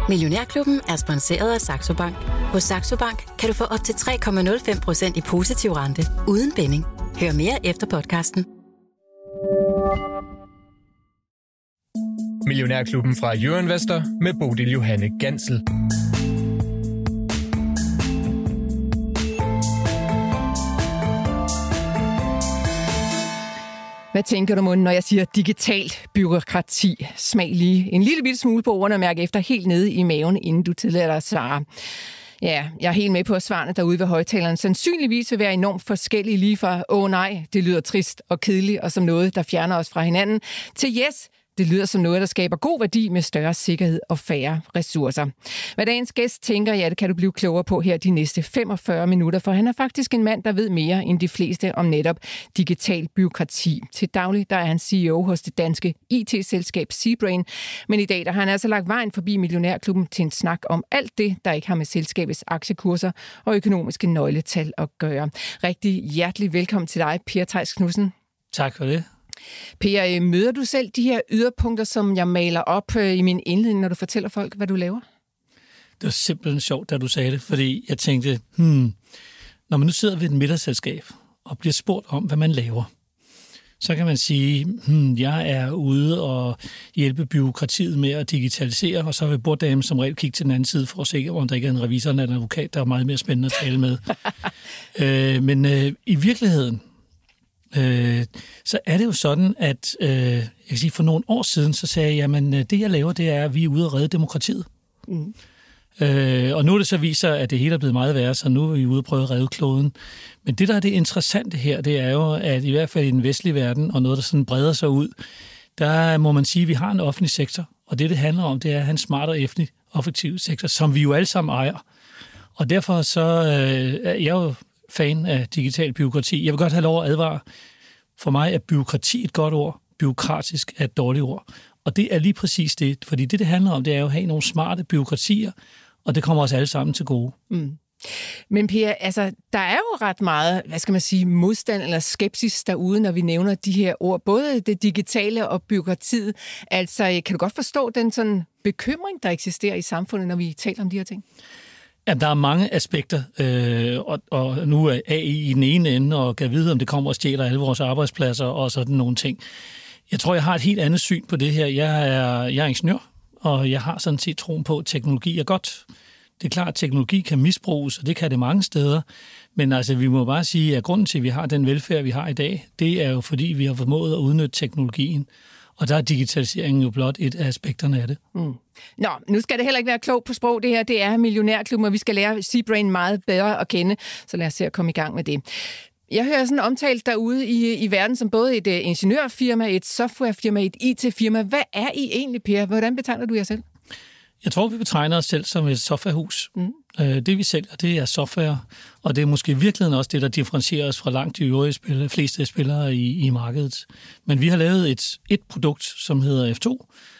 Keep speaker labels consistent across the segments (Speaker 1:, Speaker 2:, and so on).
Speaker 1: Millionærklubben er sponsoreret af Saxo Bank. Hos Saxo Bank kan du få op til 3,05% i positiv rente uden binding. Hør mere efter podcasten.
Speaker 2: Millionærklubben fra Euroinvestor med Bodil Johanne Gansel.
Speaker 3: Hvad tænker du, når jeg siger digitalt bureaukrati? Smag lige en lille bitte smule på ordene og mærke efter helt nede i maven, inden du tillader dig at svare. Ja, jeg er helt med på, at svarene derude ved højtaleren sandsynligvis vil være enormt forskellige, lige fra nej, det lyder trist og kedeligt og som noget, der fjerner os fra hinanden, til yes, det lyder som noget, der skaber god værdi med større sikkerhed og færre ressourcer. Hvad dagens gæst tænker, ja, det kan du blive klogere på her de næste 45 minutter, for han er faktisk en mand, der ved mere end de fleste om netop digital bureaukrati. Til daglig der er han CEO hos det danske IT-selskab Cbrain, men i dag der har han altså lagt vejen forbi Millionærklubben til en snak om alt det, der ikke har med selskabets aktiekurser og økonomiske nøgletal at gøre. Rigtig hjertelig velkommen til dig, Per Theis Knudsen.
Speaker 4: Tak for det.
Speaker 3: Per, møder du selv de her yderpunkter, som jeg maler op i min indledning, når du fortæller folk, hvad du laver?
Speaker 4: Det var simpelthen sjovt, da du sagde det, fordi jeg tænkte, når man nu sidder ved et middagsselskab og bliver spurgt om, hvad man laver, så kan man sige, jeg er ude og hjælpe bureaukratiet med at digitalisere, og så vil borddamen som regel kigge til den anden side for at se, om der ikke er en revisor eller en advokat, der er meget mere spændende at tale med. Men i virkeligheden, så er det jo sådan, at jeg kan sige, for nogle år siden, så sagde jeg, jamen det jeg laver, det er, at vi er ude at redde demokratiet. Og nu er det så viser, at det hele er blevet meget værre, så nu er vi ude at prøve at redde kloden. Men det, der er det interessante her, det er jo, at i hvert fald i den vestlige verden, og noget, der sådan breder sig ud, der må man sige, at vi har en offentlig sektor, og det handler om, det er at have en smart og effektiv sektor, som vi jo alle sammen ejer. Og derfor så er jeg jo fan af digital bureaukrati. Jeg vil godt have lov at advare. For mig er bureaukrati et godt ord. Bureaukratisk er et dårligt ord. Og det er lige præcis det. Fordi det handler om, det er jo at have nogle smarte bureaukratier, og det kommer os alle sammen til gode.
Speaker 3: Men Per, altså, der er jo ret meget, hvad skal man sige, modstand eller skepsis derude, når vi nævner de her ord. Både det digitale og bureaukratiet. Altså, kan du godt forstå den sådan bekymring, der eksisterer i samfundet, når vi taler om de her ting?
Speaker 4: Ja, der er mange aspekter, og nu er AI i den ene ende, og kan vide, om det kommer og stjæler alle vores arbejdspladser og sådan nogle ting. Jeg tror, jeg har et helt andet syn på det her. Jeg er ingeniør, og jeg har sådan set troen på, at teknologi er godt. Det er klart, at teknologi kan misbruges, og det kan det mange steder. Men altså, vi må bare sige, at grunden til, at vi har den velfærd, vi har i dag, det er jo fordi, vi har formået at udnytte teknologien. Og der er digitaliseringen jo blot et af aspekterne af det.
Speaker 3: Nå, nu skal det heller ikke være klog på sprog. Det her, det er Millionærklubben, og vi skal lære Cbrain meget bedre at kende. Så lad os se at komme i gang med det. Jeg hører sådan omtalt derude i verden som både et ingeniørfirma, et softwarefirma, et IT-firma. Hvad er I egentlig, Per? Hvordan betegner du jer selv?
Speaker 4: Jeg tror, vi betegner os selv som et softwarehus. Det vi sælger, det er software, og det er måske i virkeligheden også det, der differentierer os fra langt de øvrige fleste spillere i markedet. Men vi har lavet et produkt, som hedder F2,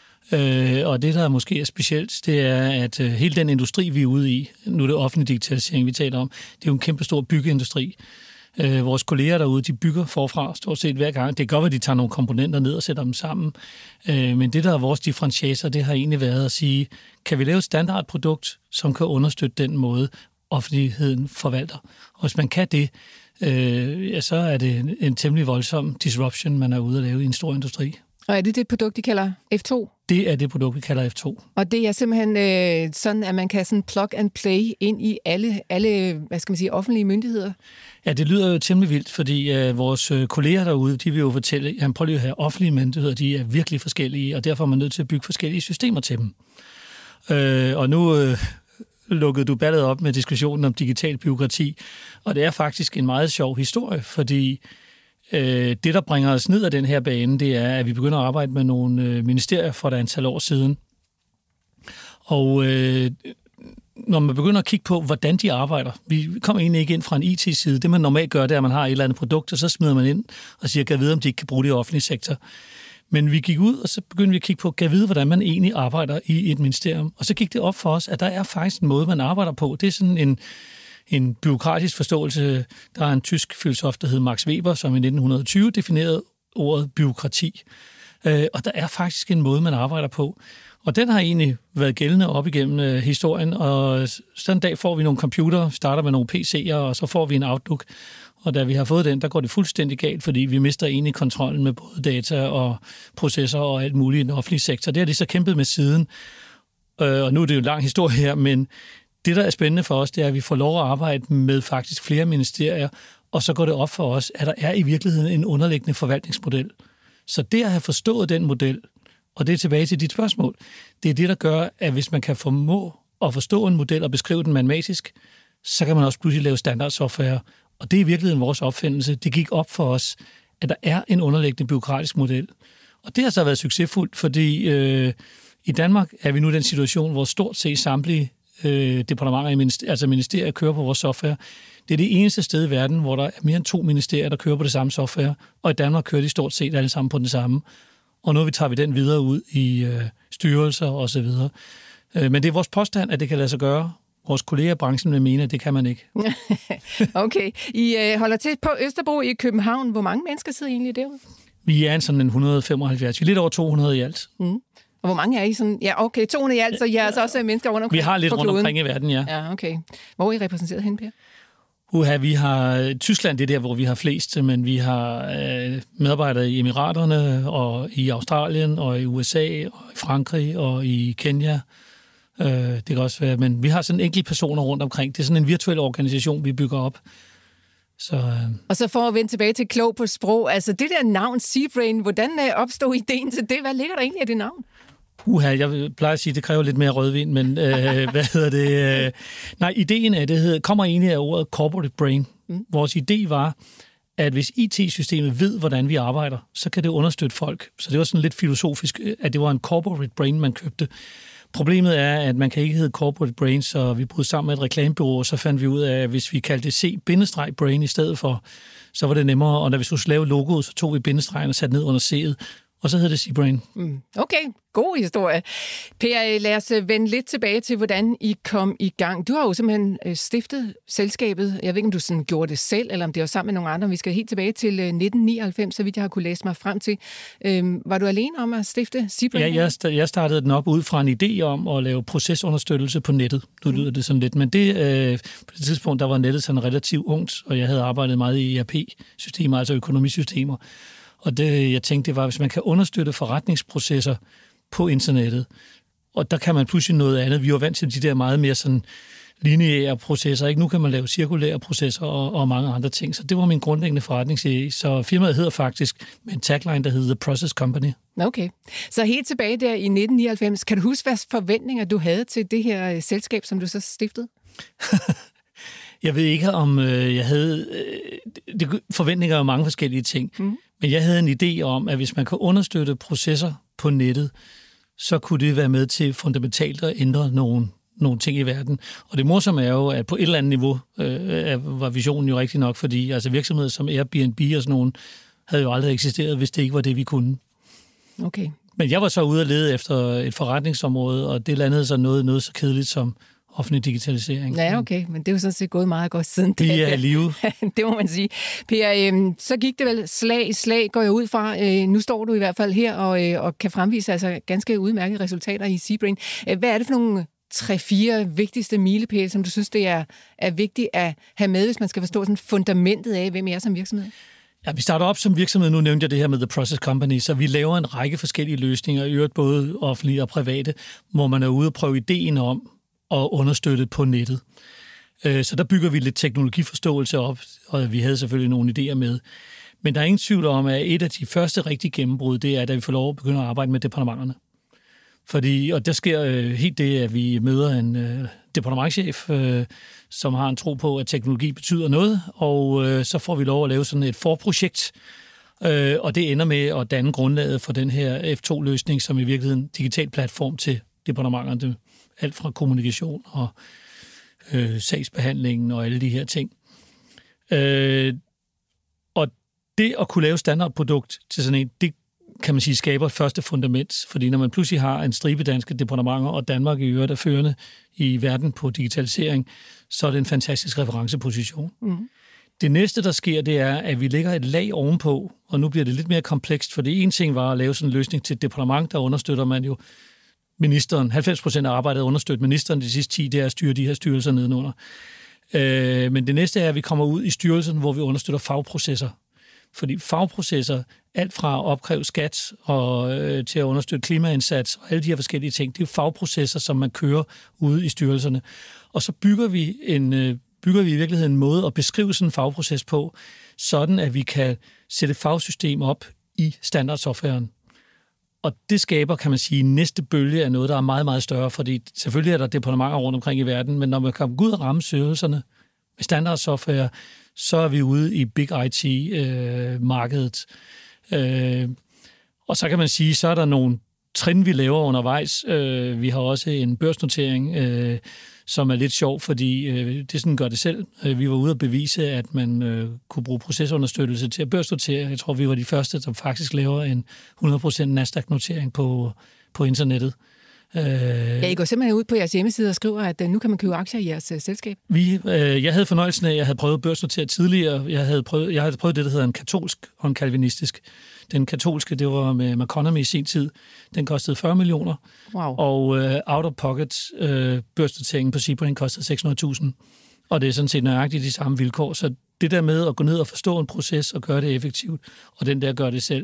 Speaker 4: og det, der måske er specielt, det er, at hele den industri, vi er ude i, nu er det offentlig digitalisering, vi taler om, det er jo en kæmpe stor byggeindustri. Vores kolleger derude, de bygger forfra stort set hver gang. Det kan godt være, at de tager nogle komponenter ned og sætter dem sammen. Men det, der er vores differentiator, det har egentlig været at sige, kan vi lave et standardprodukt, som kan understøtte den måde, offentligheden forvalter. Og hvis man kan det, så er det en temmelig voldsom disruption, man er ude at lave i en stor industri.
Speaker 3: Og er det produkt, de kalder F2?
Speaker 4: Det er det produkt, vi kalder F2.
Speaker 3: Og det er simpelthen sådan, at man kan sådan plug and play ind i alle hvad skal man sige, offentlige myndigheder?
Speaker 4: Ja, det lyder jo temmelig vildt, fordi vores kolleger derude, de vil jo fortælle, at prøv lige at have offentlige myndigheder, de er virkelig forskellige, og derfor er man nødt til at bygge forskellige systemer til dem. Og nu lukkede du ballet op med diskussionen om digital bureaukrati, og det er faktisk en meget sjov historie, fordi det, der bringer os ned ad den her bane, det er, at vi begynder at arbejde med nogle ministerier for et antal år siden. Og når man begynder at kigge på, hvordan de arbejder, vi kommer egentlig ikke ind fra en IT-side. Det, man normalt gør, det er, at man har et eller andet produkt, og så smider man ind og siger, kan jeg vide, om de ikke kan bruge det i offentlige sektor. Men vi gik ud, og så begyndte vi at kigge på, kan jeg vide, hvordan man egentlig arbejder i et ministerium. Og så gik det op for os, at der er faktisk en måde, man arbejder på. Det er sådan en bureaukratisk forståelse. Der er en tysk filosof, der hed Max Weber, som i 1920 definerede ordet bureaukrati. Og der er faktisk en måde, man arbejder på. Og den har egentlig været gældende op igennem historien, og sådan en dag får vi nogle computere, starter med nogle PC'er, og så får vi en Outlook. Og da vi har fået den, der går det fuldstændig galt, fordi vi mister egentlig kontrollen med både data og processorer og alt muligt i den offentlige sektor. Det har de så kæmpet med siden, og nu er det jo en lang historie her, men det, der er spændende for os, det er, at vi får lov at arbejde med faktisk flere ministerier, og så går det op for os, at der er i virkeligheden en underliggende forvaltningsmodel. Så det at have forstået den model, og det er tilbage til dit spørgsmål, det er det, der gør, at hvis man kan formå at forstå en model og beskrive den matematisk, så kan man også pludselig lave standardsoftware. Og det er i virkeligheden vores opfindelse. Det gik op for os, at der er en underliggende bureaukratisk model. Og det har så været succesfuldt, fordi i Danmark er vi nu i den situation, hvor stort set samtlige departementer, altså ministerier, kører på vores software. Det er det eneste sted i verden, hvor der er mere end 2 ministerier, der kører på det samme software, og i Danmark kører de stort set alle sammen på den samme. Og nu tager vi den videre ud i styrelser og så videre. Men det er vores påstand, at det kan lade sig gøre. Vores kolleger i branchen vil mene, at det kan man ikke.
Speaker 3: Okay. I holder til på Østerbro i København. Hvor mange mennesker sidder egentlig derude?
Speaker 4: Vi er sådan en 175. Vi er lidt over 200 i alt.
Speaker 3: Mm. Og hvor mange er I sådan? Ja, okay, 200 i alt, så I er altså også mennesker rundt omkring.
Speaker 4: Vi har lidt rundt omkring i verden, ja.
Speaker 3: Ja, okay. Hvor er I repræsenteret hen, Per?
Speaker 4: Vi har Tyskland, det er der, hvor vi har flest, men vi har medarbejdere i Emiraterne, og i Australien, og i USA, og i Frankrig, og i Kenya. Det kan også være, men vi har sådan enkelte personer rundt omkring. Det er sådan en virtuel organisation, vi bygger op.
Speaker 3: Og så for at vende tilbage til klog på sprog, altså det der navn, Seabrain, hvordan opstod ideen til det? Hvad ligger der egentlig af det navn?
Speaker 4: Jeg plejer at sige, at det kræver lidt mere rødvin, men hvad hedder det? Nej, ideen af det kommer egentlig af ordet corporate brain. Vores idé var, at hvis IT-systemet ved, hvordan vi arbejder, så kan det understøtte folk. Så det var sådan lidt filosofisk, at det var en corporate brain, man købte. Problemet er, at man kan ikke hedde corporate brain, så vi brød sammen med et reklamebureau, og så fandt vi ud af, at hvis vi kaldte det C-brain i stedet for, så var det nemmere. Og da vi skulle lave logoet, så tog vi bindestregen og satte ned under C'et, og så hed det Seabrain.
Speaker 3: Okay, god historie. Per, lad os vende lidt tilbage til, hvordan I kom i gang. Du har jo simpelthen stiftet selskabet. Jeg ved ikke, om du sådan gjorde det selv, eller om det var sammen med nogle andre. Vi skal helt tilbage til 1999, så vidt jeg har kunne læse mig frem til. Var du alene om at stifte Seabrain?
Speaker 4: Ja, jeg startede den op ud fra en idé om at lave procesunderstøttelse på nettet. Nu lyder det sådan lidt, men det, på det tidspunkt, der var nettet sådan relativt ungt, og jeg havde arbejdet meget i ERP-systemer, altså økonomisystemer. Og det, jeg tænkte, det var, hvis man kan understøtte forretningsprocesser på internettet, og der kan man pludselig noget andet. Vi var vant til de der meget mere sådan lineære processer, ikke? Nu kan man lave cirkulære processer og mange andre ting. Så det var min grundlæggende forretningsidé. Så firmaet hedder faktisk med en tagline, der hedder The Process Company.
Speaker 3: Okay. Så helt tilbage der i 1999, kan du huske, hvad forventninger du havde til det her selskab, som du så stiftede?
Speaker 4: Jeg ved ikke, om jeg havde... forventninger af mange forskellige ting. Men jeg havde en idé om, at hvis man kan understøtte processer på nettet, så kunne det være med til fundamentalt at ændre nogle ting i verden. Og det morsomme er jo, at på et eller andet niveau var visionen jo rigtig nok, fordi altså virksomheder som Airbnb og sådan nogle havde jo aldrig eksisteret, hvis det ikke var det, vi kunne.
Speaker 3: Okay.
Speaker 4: Men jeg var så ude og lede efter et forretningsområde, og det landede så noget så kedeligt som offentlig digitalisering.
Speaker 3: Ja, okay, men det er jo sådan set gået meget godt siden.
Speaker 4: Det er livet.
Speaker 3: Det må man sige. Per, så gik det vel slag i slag, går jeg ud fra. Nu står du i hvert fald her og kan fremvise altså ganske udmærkede resultater i Seabrain. Hvad er det for nogle 3-4 vigtigste milepæle, som du synes, det er vigtigt at have med, hvis man skal forstå sådan fundamentet af, hvem I er som virksomhed?
Speaker 4: Ja, vi starter op som virksomhed. Nu nævnte jeg det her med The Process Company, så vi laver en række forskellige løsninger, i øvrigt både offentlige og private, hvor man er ude og prøve ideen om at understøtte på nettet. Så der bygger vi lidt teknologiforståelse op, og vi havde selvfølgelig nogle idéer med. Men der er ingen tvivl om, at et af de første rigtige gennembrud, det er, da vi får lov at begynde at arbejde med departementerne. Og der sker helt det, at vi møder en departementschef, som har en tro på, at teknologi betyder noget, og så får vi lov at lave sådan et forprojekt, og det ender med at danne grundlaget for den her F2-løsning, som i virkeligheden en digital platform til departementerne. Alt fra kommunikation og sagsbehandlingen og alle de her ting. Og det at kunne lave standardprodukt til sådan en, det kan man sige skaber første fundament, fordi når man pludselig har en stribe danske departementer, og Danmark i øvrigt er førende i verden på digitalisering, så er det en fantastisk referenceposition. Det næste, der sker, det er, at vi lægger et lag ovenpå, og nu bliver det lidt mere komplekst, for det ene ting var at lave sådan en løsning til et departement, der understøtter man jo ministeren. 90% af arbejdet understøtter ministeren de sidste 10, det er at styre de her styrelser nedenunder. Men det næste er, at vi kommer ud i styrelsen, hvor vi understøtter fagprocesser. Fordi fagprocesser, alt fra at opkræve skat og til at understøtte klimaindsats og alle de her forskellige ting, det er jo fagprocesser, som man kører ude i styrelserne. Og så bygger vi i virkeligheden en måde at beskrive sådan en fagproces på, sådan at vi kan sætte fagsystem op i standardsoftwaren. Og det skaber, kan man sige, næste bølge af noget, der er meget, meget større, fordi selvfølgelig er der departementer rundt omkring i verden, men når man kan gå ud og ramme styrelserne med standardsoftware, så er vi ude i big IT-markedet. Og så kan man sige, så er der nogle trin, vi laver undervejs. Vi har også en børsnotering, som er lidt sjov, fordi det sådan gør det selv. Vi var ude at bevise, at man kunne bruge procesunderstøttelse til at børsnotere. Jeg tror, vi var de første, som faktisk laver en 100% Nasdaq-notering på internettet.
Speaker 3: Ja, I går simpelthen ud på jeres hjemmeside og skriver, at nu kan man købe aktier i jeres selskab.
Speaker 4: Jeg havde fornøjelsen af, at jeg havde prøvet at børsnotere tidligere. Jeg havde prøvet det, der hedder en katolsk og en kalvinistisk. Den katolske, det var med Economy i sin tid. Den kostede 40 millioner.
Speaker 3: Wow.
Speaker 4: Og out of pocket børsnoteringen på Cbrain kostede 600.000. Og det er sådan set nøjagtigt de samme vilkår. Så det der med at gå ned og forstå en proces og gøre det effektivt, og den der gør det selv.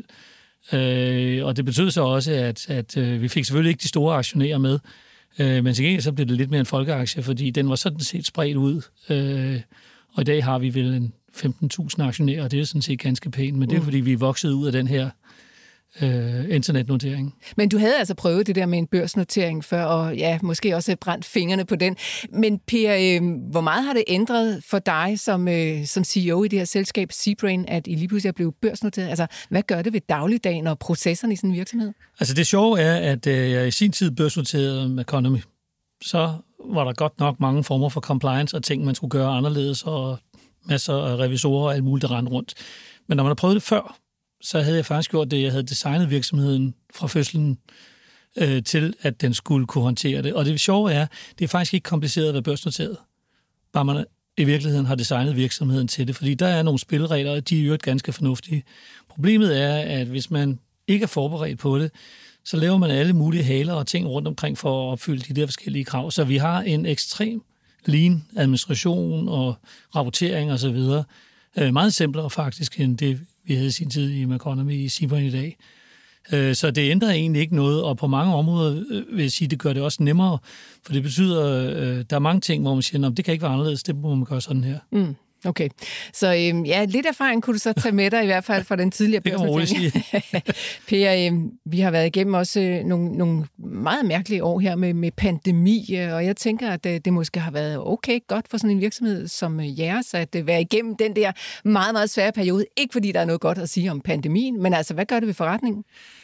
Speaker 4: Og det betød så også, at vi fik selvfølgelig ikke de store aktionærer med, men til gengæld så blev det lidt mere en folkeaktie, fordi den var sådan set spredt ud. Og i dag har vi vel en 15.000 aktionærer, og det er sådan set ganske pænt, men det er fordi, vi er vokset ud af den her internetnotering. Men
Speaker 3: du havde altså prøvet det der med en børsnotering før, og ja, måske også brændt fingrene på den. Men Per, hvor meget har det ændret for dig som CEO i det her selskab Cbrain, at I lige pludselig er blevet børsnoteret? Altså, hvad gør det ved dagligdagen og processerne i sådan en virksomhed?
Speaker 4: Altså, det sjove er, at jeg i sin tid børsnoterede med Economy. Så var der godt nok mange former for compliance og ting, man skulle gøre anderledes, og masser af revisorer og alt muligt, der rendte rundt. Men når man har prøvet det før, så havde jeg faktisk gjort det, jeg havde designet virksomheden fra fødslen til, at den skulle kunne håndtere det. Og det sjove er, det er faktisk ikke kompliceret at være børsnoteret. Bare man i virkeligheden har designet virksomheden til det, fordi der er nogle spilleregler, og de er jo ganske fornuftige. Problemet er, at hvis man ikke er forberedt på det, så laver man alle mulige haler og ting rundt omkring for at opfylde de der forskellige krav. Så vi har en ekstrem lean administration og rapportering og så videre. Meget simplere faktisk end det, vi havde i sin tid i Economy i Cbrain i dag. Så det ændrer egentlig ikke noget, og på mange områder vil jeg sige, det gør det også nemmere, for det betyder, der er mange ting, hvor man siger, det kan ikke være anderledes, det må man gøre sådan her.
Speaker 3: Mm. Okay, så lidt erfaring kunne du så tage med dig i hvert fald fra den tidligere børsnotering. Per, vi har været igennem også nogle meget mærkelige år her med pandemi, og jeg tænker, at det måske har været okay godt for sådan en virksomhed som jeres, at være igennem den der meget, meget svære periode. Ikke fordi der er noget godt at sige om pandemien, men altså, hvad gør det ved forretningen?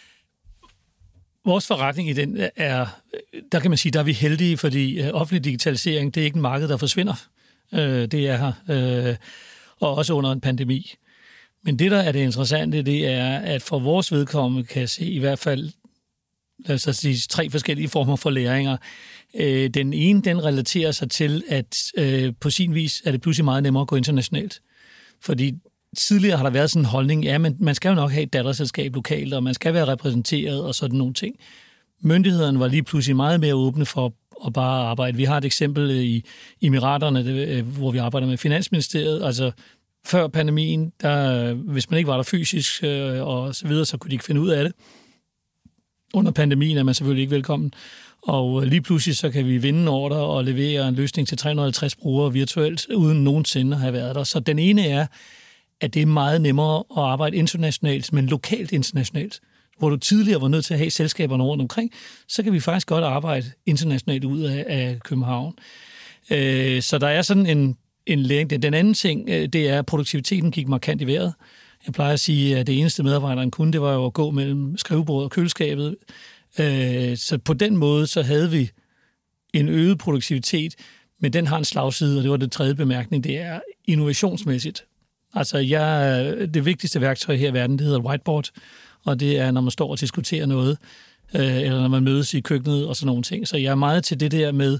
Speaker 4: Vores forretning i den der kan man sige, der er vi heldige, fordi offentlig digitalisering, det er ikke en marked, der forsvinder. Det er her, og også under en pandemi. Men det, der er det interessante, det er, at for vores vedkommende kan jeg se i hvert fald, lad os sige, 3 forskellige former for læringer. Den ene, den relaterer sig til, at på sin vis er det pludselig meget nemmere at gå internationalt. Fordi tidligere har der været sådan en holdning, ja, men man skal jo nok have et datterselskab lokalt, og man skal være repræsenteret og sådan nogle ting. Myndighederne var lige pludselig meget mere åbne for at bare arbejde. Vi har et eksempel i Emiraterne, hvor vi arbejder med Finansministeriet. Altså før pandemien, hvis man ikke var der fysisk og så videre, så kunne de ikke finde ud af det. Under pandemien er man selvfølgelig ikke velkommen. Og lige pludselig så kan vi vinde en ordre og levere en løsning til 350 brugere virtuelt, uden nogensinde at have været der. Så den ene er, at det er meget nemmere at arbejde internationalt, men lokalt internationalt. Hvor du tidligere var nødt til at have selskaberne rundt omkring, så kan vi faktisk godt arbejde internationalt ud af København. Så der er sådan en læring. Den anden ting, det er, at produktiviteten gik markant i vejret. Jeg plejer at sige, at det eneste medarbejderen kunne, det var jo at gå mellem skrivebordet og køleskabet. Så på den måde, så havde vi en øget produktivitet, men den har en slagside, og det var den tredje bemærkning, det er innovationsmæssigt. Altså, det vigtigste værktøj her i verden, det hedder whiteboard, og det er, når man står og diskuterer noget, eller når man mødes i køkkenet og sådan nogle ting. Så jeg er meget til det der med,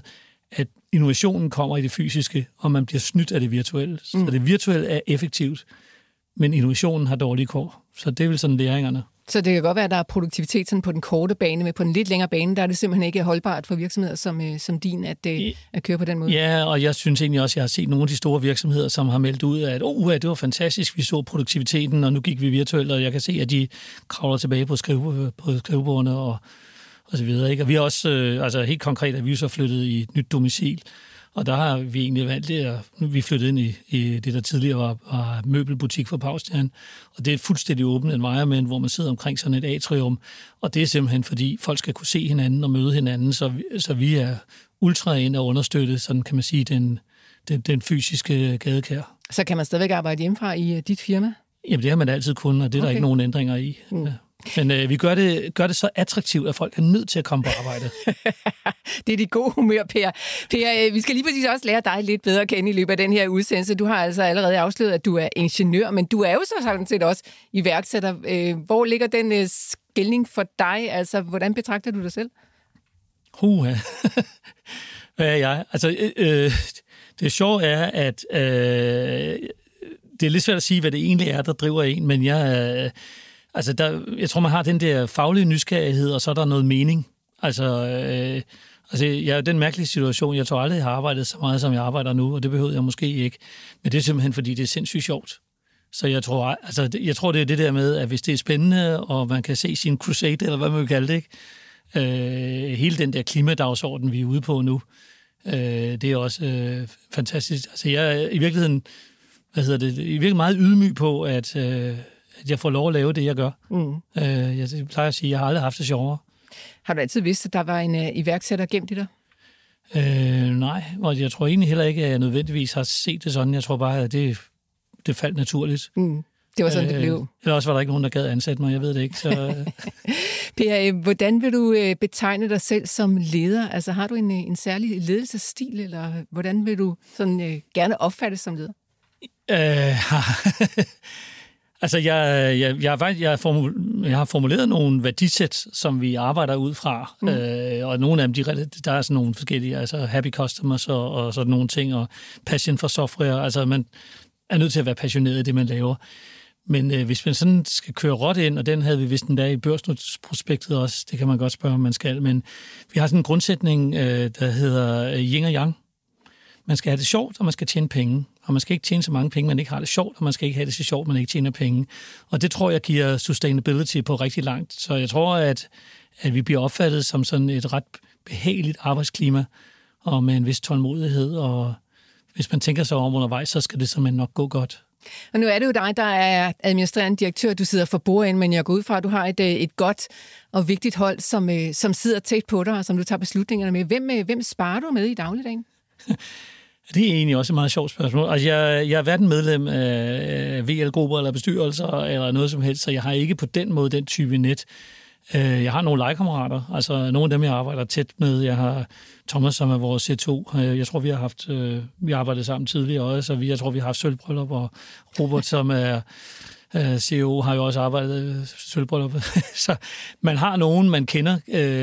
Speaker 4: at innovationen kommer i det fysiske, og man bliver snydt af det virtuelle. Så det virtuelle er effektivt, men innovationen har dårlige kår. Så det er vel sådan læringerne.
Speaker 3: Så det kan godt være, at der er produktivitet sådan på den korte bane, men på den lidt længere bane, der er det simpelthen ikke holdbart for virksomheder som din at køre på den måde.
Speaker 4: Ja, og jeg synes egentlig også, at jeg har set nogle af de store virksomheder, som har meldt ud, at det var fantastisk, vi så produktiviteten, og nu gik vi virtuelt, og jeg kan se, at de kravler tilbage på skrivebordene og så videre. Ikke? Og vi har også, helt konkret, at vi så flyttet i et nyt domicil, og der har vi egentlig valgt det, at vi flyttede ind i det, der tidligere var møbelbutik for Paustjern. Og det er et fuldstændig åbent environment, hvor man sidder omkring sådan et atrium. Og det er simpelthen, fordi folk skal kunne se hinanden og møde hinanden, så vi er ultra ind og understøtte, sådan kan man sige, den fysiske gadekær.
Speaker 3: Så kan man stadigvæk arbejde hjemmefra i dit firma?
Speaker 4: Jamen, det har man altid kun, og det er der ikke nogen ændringer i. Ja. Men vi gør det så attraktivt, at folk er nødt til at komme på arbejde.
Speaker 3: Det er de gode humør, Per. Per, vi skal lige præcis også lære dig lidt bedre at kende i løbet af den her udsendelse. Du har altså allerede afsløret, at du er ingeniør, men du er jo så sådan set også iværksætter. Hvor ligger den skelning for dig? Altså, hvordan betragter du dig selv?
Speaker 4: Hvad er jeg? Altså, det sjove er, at det er lidt svært at sige, hvad det egentlig er, der driver en, men jeg tror, man har den der faglige nysgerrighed, og så er der noget mening. Jeg er i den mærkelige situation, jeg tror aldrig, jeg har arbejdet så meget, som jeg arbejder nu, og det behøver jeg måske ikke. Men det er simpelthen, fordi det er sindssygt sjovt. Så jeg tror, det er det der med, at hvis det er spændende, og man kan se sin crusade, eller hvad man vil kalde det, ikke? Hele den der klimadagsorden, vi er ude på nu, det er også fantastisk. Altså, jeg er i virkeligheden, meget ydmyg på, at jeg får lov at lave det, jeg gør. Jeg plejer at sige, at jeg har aldrig haft det sjovere. Har
Speaker 3: du altid vidst, at der var en iværksætter gemt i dig?
Speaker 4: Nej, og jeg tror egentlig heller ikke, at jeg nødvendigvis har set det sådan. Jeg tror bare, at det faldt naturligt.
Speaker 3: Det var sådan, det blev.
Speaker 4: Eller også var der ikke nogen, der gad ansætte mig, jeg ved det ikke. Så...
Speaker 3: Per, hvordan vil du betegne dig selv som leder? Altså, har du en særlig ledelsesstil, eller hvordan vil du gerne opfattes som leder?
Speaker 4: Altså, jeg har formuleret nogle værdisæt, som vi arbejder ud fra, og nogle af dem, der er sådan nogle forskellige, altså happy customers og sådan nogle ting, og passion for software. Altså, man er nødt til at være passioneret i det, man laver. Men hvis man sådan skal køre råt ind, og den havde vi vist endda i børsnotsprospektet også, det kan man godt spørge, om man skal, men vi har sådan en grundsætning, der hedder yin og yang. Man skal have det sjovt, og man skal tjene penge. Og man skal ikke tjene så mange penge, man ikke har det sjovt, og man skal ikke have det så sjovt, man ikke tjener penge. Og det tror jeg giver sustainability på rigtig langt. Så jeg tror, at vi bliver opfattet som sådan et ret behageligt arbejdsklima, og med en vis tålmodighed. Og hvis man tænker sig om undervejs, så skal det simpelthen nok gå godt.
Speaker 3: Og nu er det jo dig, der er administrerende direktør. Du sidder for bordenden, men jeg går ud fra, at du har et godt og vigtigt hold, som sidder tæt på dig, og som du tager beslutningerne med. Hvem sparer du med i dagligdagen?
Speaker 4: Det er egentlig også et meget sjovt spørgsmål. Altså, jeg er hverken medlem af VL-grupper eller bestyrelser eller noget som helst, så jeg har ikke på den måde den type net. Jeg har nogle legekammerater, altså nogle af dem, jeg arbejder tæt med. Jeg har Thomas, som er vores C2. Jeg tror, vi har arbejdet sammen tidligere også, så jeg tror, vi har haft sølvbryllup, og Robert, som er CEO, har jo også arbejdet sølvbryllup. Så man har nogen, man kender,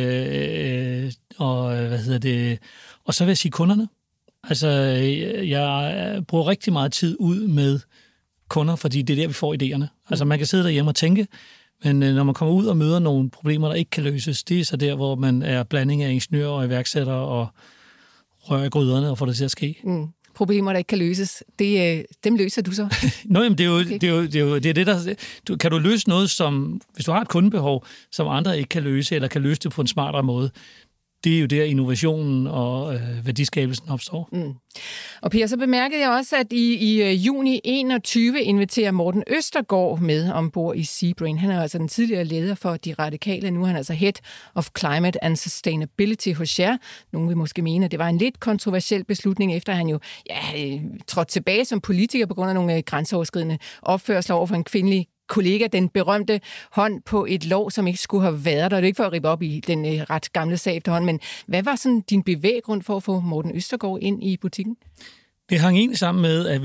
Speaker 4: og så vil jeg sige kunderne. Altså, jeg bruger rigtig meget tid ud med kunder, fordi det er der, vi får idéerne. Altså, man kan sidde derhjemme og tænke, men når man kommer ud og møder nogle problemer, der ikke kan løses, det er så der, hvor man er blanding af ingeniører og iværksætter og rører i gryderne og får det til at ske.
Speaker 3: Problemer, der ikke kan løses, dem løser du så?
Speaker 4: Nå, jamen, det er det, der... Kan du løse noget, som... Hvis du har et kundebehov, som andre ikke kan løse, eller kan løse det på en smartere måde, det er jo der, innovationen og værdiskabelsen opstår.
Speaker 3: Og Per, så bemærkede jeg også, at i juni 21 inviterer Morten Østergaard med ombord i Seabrain. Han er altså den tidligere leder for De Radikale. Nu er han altså Head of Climate and Sustainability hos jer. Nogle vil måske mene, at det var en lidt kontroversiel beslutning, efter han jo trådte tilbage som politiker på grund af nogle grænseoverskridende opførsler over for en kvindelig kollega, den berømte hånd på et lov, som ikke skulle have været der. Det er ikke for at rippe op i den ret gamle sag efterhånden, men hvad var sådan din bevæggrund for at få Morten Østergaard ind i butikken?
Speaker 4: Det hang egentlig sammen med, at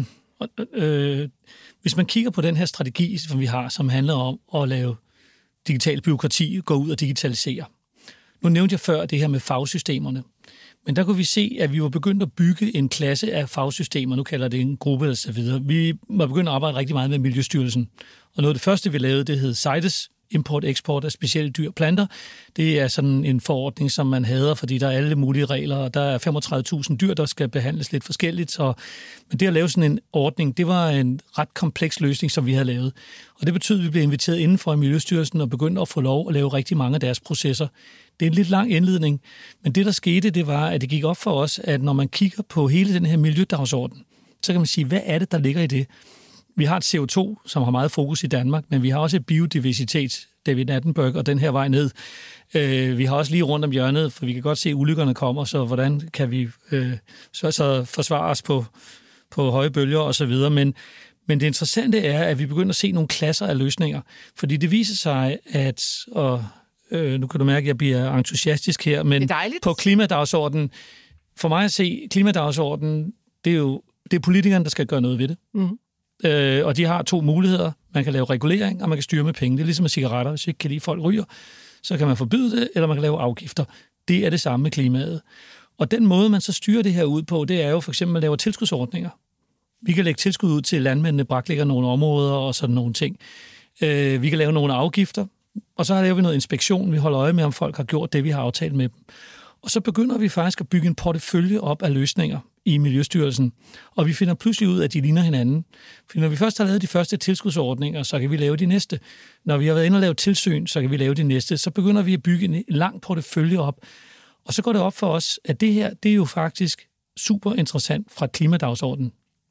Speaker 4: hvis man kigger på den her strategi, som vi har, som handler om at lave digital bureaukrati, gå ud og digitalisere. Nu nævnte jeg før det her med fagsystemerne, Men der kunne vi se, at vi var begyndt at bygge en klasse af fagsystemer, nu kalder det en gruppe eller så videre. Vi var begyndt at arbejde rigtig meget med Miljøstyrelsen. Og noget af det første, vi lavede, det hed CITES, import-eksport af specielle dyr og planter. Det er sådan en forordning, som man hader, fordi der er alle mulige regler, og der er 35.000 dyr, der skal behandles lidt forskelligt. Men det at lave sådan en ordning, det var en ret kompleks løsning, som vi havde lavet. Og det betød, at vi blev inviteret indenfor i Miljøstyrelsen og begyndte at få lov at lave rigtig mange af deres processer. Det er en lidt lang indledning, men det, der skete, det var, at det gik op for os, at når man kigger på hele den her miljødagsorden, så kan man sige, hvad er det, der ligger i det? Vi har et CO2, som har meget fokus i Danmark, men vi har også et biodiversitet, David Attenborough og den her vej ned. Vi har også lige rundt om hjørnet, for vi kan godt se, at ulykkerne kommer, så hvordan kan vi så forsvare os på høje bølger og så videre. Men det interessante er, at vi begynder at se nogle klasser af løsninger, fordi det viser sig, at... nu kan du mærke, at jeg bliver entusiastisk her, men på klimadagsordenen, for mig at se, klimadagsordenen, det er politikerne, der skal gøre noget ved det. Mm. Og de har 2 muligheder. Man kan lave regulering, og man kan styre med penge. Det er ligesom med cigaretter. Hvis vi ikke kan lide, folk ryger, så kan man forbyde det, eller man kan lave afgifter. Det er det samme med klimaet. Og den måde, man så styrer det her ud på, det er jo for eksempel, at man laver tilskudsordninger. Vi kan lægge tilskud ud til landmændene, braklægger nogle områder og sådan nogle ting. Vi kan lave nogle afgifter, og så laver vi noget inspektion. Vi holder øje med, om folk har gjort det, vi har aftalt med dem. Og så begynder vi faktisk at bygge en portefølje op af løsninger i Miljøstyrelsen. Og vi finder pludselig ud, at de ligner hinanden. For når vi først har lavet de første tilskudsordninger, så kan vi lave de næste. Når vi har været inde og lavet tilsyn, så kan vi lave de næste. Så begynder vi at bygge en lang portefølje op. Og så går det op for os, at det her, det er jo faktisk super interessant fra klimadagsordenen.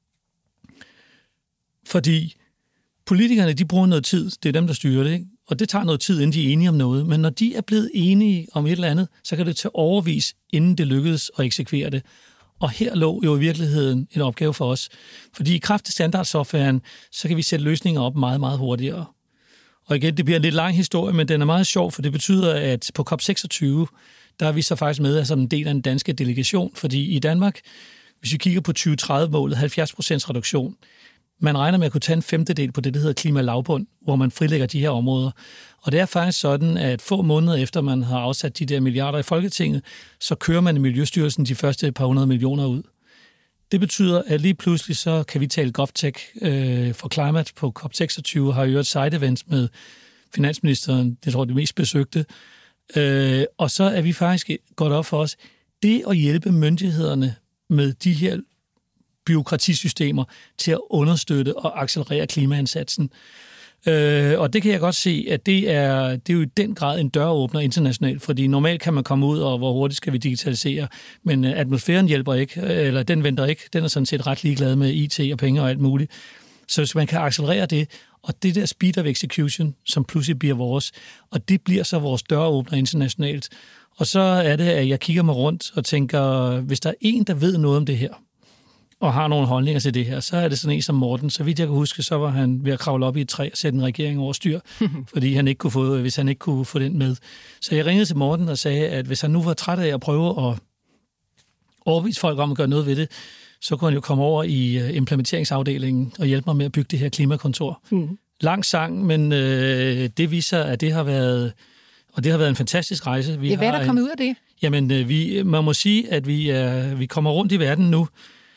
Speaker 4: Fordi politikerne, de bruger noget tid. Det er dem, der styrer det, ikke? Og det tager noget tid, inden de er enige om noget. Men når de er blevet enige om et eller andet, så kan det tage overvis, inden det lykkedes at eksekvere det. Og her lå jo i virkeligheden en opgave for os. Fordi i kraft af standardsoftwaren, så kan vi sætte løsninger op meget, meget hurtigere. Og igen, det bliver en lidt lang historie, men den er meget sjov, for det betyder, at på COP26, der er vi så faktisk med som en del af den danske delegation. Fordi i Danmark, hvis vi kigger på 2030-målet, 70% reduktion, man regner med at kunne tage en 1/5 på det, der hedder klimalavbund, hvor man frilægger de her områder. Og det er faktisk sådan, at få måneder efter man har afsat de der milliarder i Folketinget, så kører man i Miljøstyrelsen de første par 100 millioner ud. Det betyder, at lige pludselig så kan vi tale GovTech for Climate på COP26, har jo et side-event med finansministeren, det tror jeg det mest besøgte. Og så er vi faktisk godt op for os. Det at hjælpe myndighederne med de her bureaukratisystemer til at understøtte og accelerere klimaindsatsen. Og det kan jeg godt se, at det er jo i den grad en døråbner internationalt, fordi normalt kan man komme ud, og hvor hurtigt skal vi digitalisere, men atmosfæren hjælper ikke, eller den venter ikke. Den er sådan set ret ligeglad med IT og penge og alt muligt. Så hvis man kan accelerere det, og det der speed of execution, som pludselig bliver vores, og det bliver så vores døråbner internationalt. Og så er det, at jeg kigger mig rundt og tænker, hvis der er en, der ved noget om det her, og har nogle holdninger til det her, så er det sådan en som Morten. Så vidt jeg kan huske, så var han ved at kravle op i et træ og sætte en regering over styr, fordi hvis han ikke kunne få den med. Så jeg ringede til Morten og sagde, at hvis han nu var træt af at prøve at overbevise folk om at gøre noget ved det, så kunne han jo komme over i implementeringsafdelingen og hjælpe mig med at bygge det her klimakontor. Lang sang, men det viser, at det har været en fantastisk rejse.
Speaker 3: Hvad er der kommet ud af det?
Speaker 4: Jamen, man må sige, at vi kommer rundt i verden nu.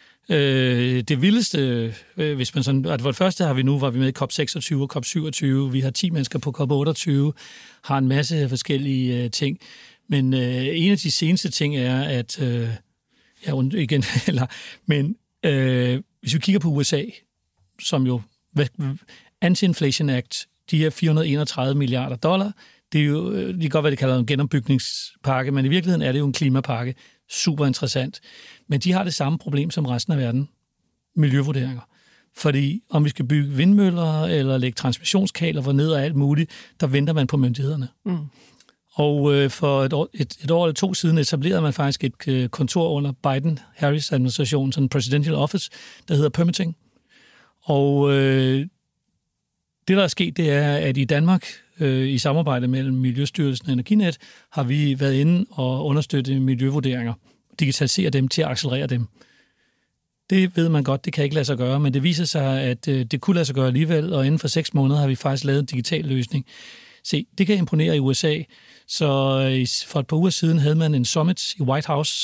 Speaker 4: Det vildeste, hvis man sådan... For det første var vi med i COP26 og COP27. Vi har 10 mennesker på COP28, har en masse forskellige ting. Men en af de seneste ting er, at... hvis vi kigger på USA, som jo... Anti-Inflation Act, de her $431 milliarder, det er jo... Det kan godt være, det kalder en genopbygningspakke, men i virkeligheden er det jo en klimapakke. Super interessant. Men de har det samme problem som resten af verden. Miljøvurderinger. Fordi om vi skal bygge vindmøller eller lægge transmissionskabler ned og alt muligt, der venter man på myndighederne. Og for et år eller 2 siden etablerede man faktisk et kontor under Biden-Harris-administrationen, sådan en presidential office, der hedder permitting. Og det, der er sket, det er, at i Danmark, i samarbejde mellem Miljøstyrelsen og Energinet, har vi været inde og understøtte miljøvurderinger, digitalisere dem til at accelerere dem. Det ved man godt, det kan ikke lade sig gøre, men det viser sig, at det kunne lade sig gøre alligevel, og inden for 6 måneder har vi faktisk lavet en digital løsning. Se, det kan imponere i USA, så for et par uger siden havde man en summit i White House.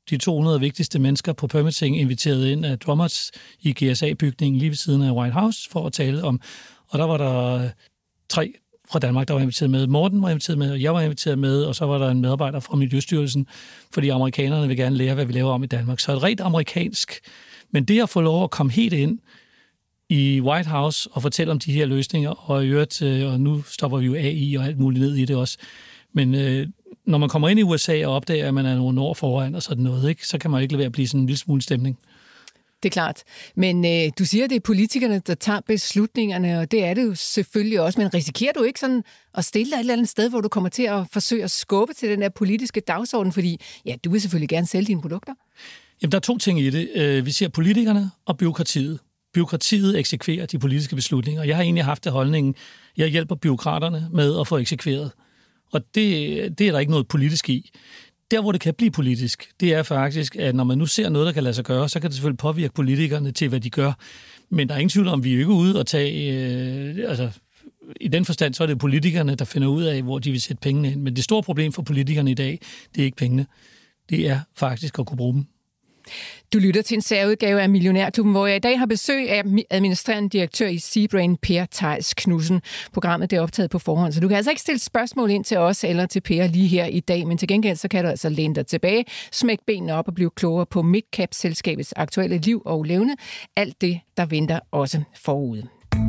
Speaker 4: de 200 vigtigste mennesker på permitting inviteret ind af Drummers i GSA-bygningen lige ved siden af White House for at tale om. Og der var der 3 fra Danmark, der var inviteret med. Morten var inviteret med, og jeg var inviteret med, og så var der en medarbejder fra Miljøstyrelsen, fordi amerikanerne vil gerne lære, hvad vi laver om i Danmark. Så et rent amerikansk. Men det at få lov at komme helt ind i White House og fortælle om de her løsninger, og i øvrigt, og nu stopper vi jo AI og alt muligt ned i det også. Men når man kommer ind i USA og opdager, at man er nogle år foran og sådan noget, ikke, så kan man ikke lade være at blive sådan en lille smule stemning.
Speaker 3: Det er klart. Men du siger, at det er politikerne, der tager beslutningerne, og det er det jo selvfølgelig også. Men risikerer du ikke sådan at stille dig et eller andet sted, hvor du kommer til at forsøge at skubbe til den der politiske dagsorden? Fordi ja, du vil selvfølgelig gerne sælge dine produkter.
Speaker 4: Jamen, der er 2 ting i det. Vi siger politikerne og byråkratiet. Byråkratiet eksekverer de politiske beslutninger. Jeg har egentlig haft det holdningen, jeg hjælper byråkraterne med at få eksekveret. Og det er der ikke noget politisk i. Der, hvor det kan blive politisk, det er faktisk, at når man nu ser noget, der kan lade sig gøre, så kan det selvfølgelig påvirke politikerne til, hvad de gør. Men der er ingen tvivl om, vi er ikke ude og tage... i den forstand, så er det politikerne, der finder ud af, hvor de vil sætte pengene ind. Men det store problem for politikerne i dag, det er ikke pengene. Det er faktisk at kunne bruge dem.
Speaker 3: Du lytter til en særudgave af Millionærklubben, hvor jeg i dag har besøg af administrerende direktør i Seabrain, Per Theis Knudsen. Programmet det er optaget på forhånd, så du kan altså ikke stille spørgsmål ind til os eller til Per lige her i dag, men til gengæld så kan du altså læne dig tilbage, smække benene op og blive klogere på Midcap-selskabets aktuelle liv og levne. Alt det, der venter også forude.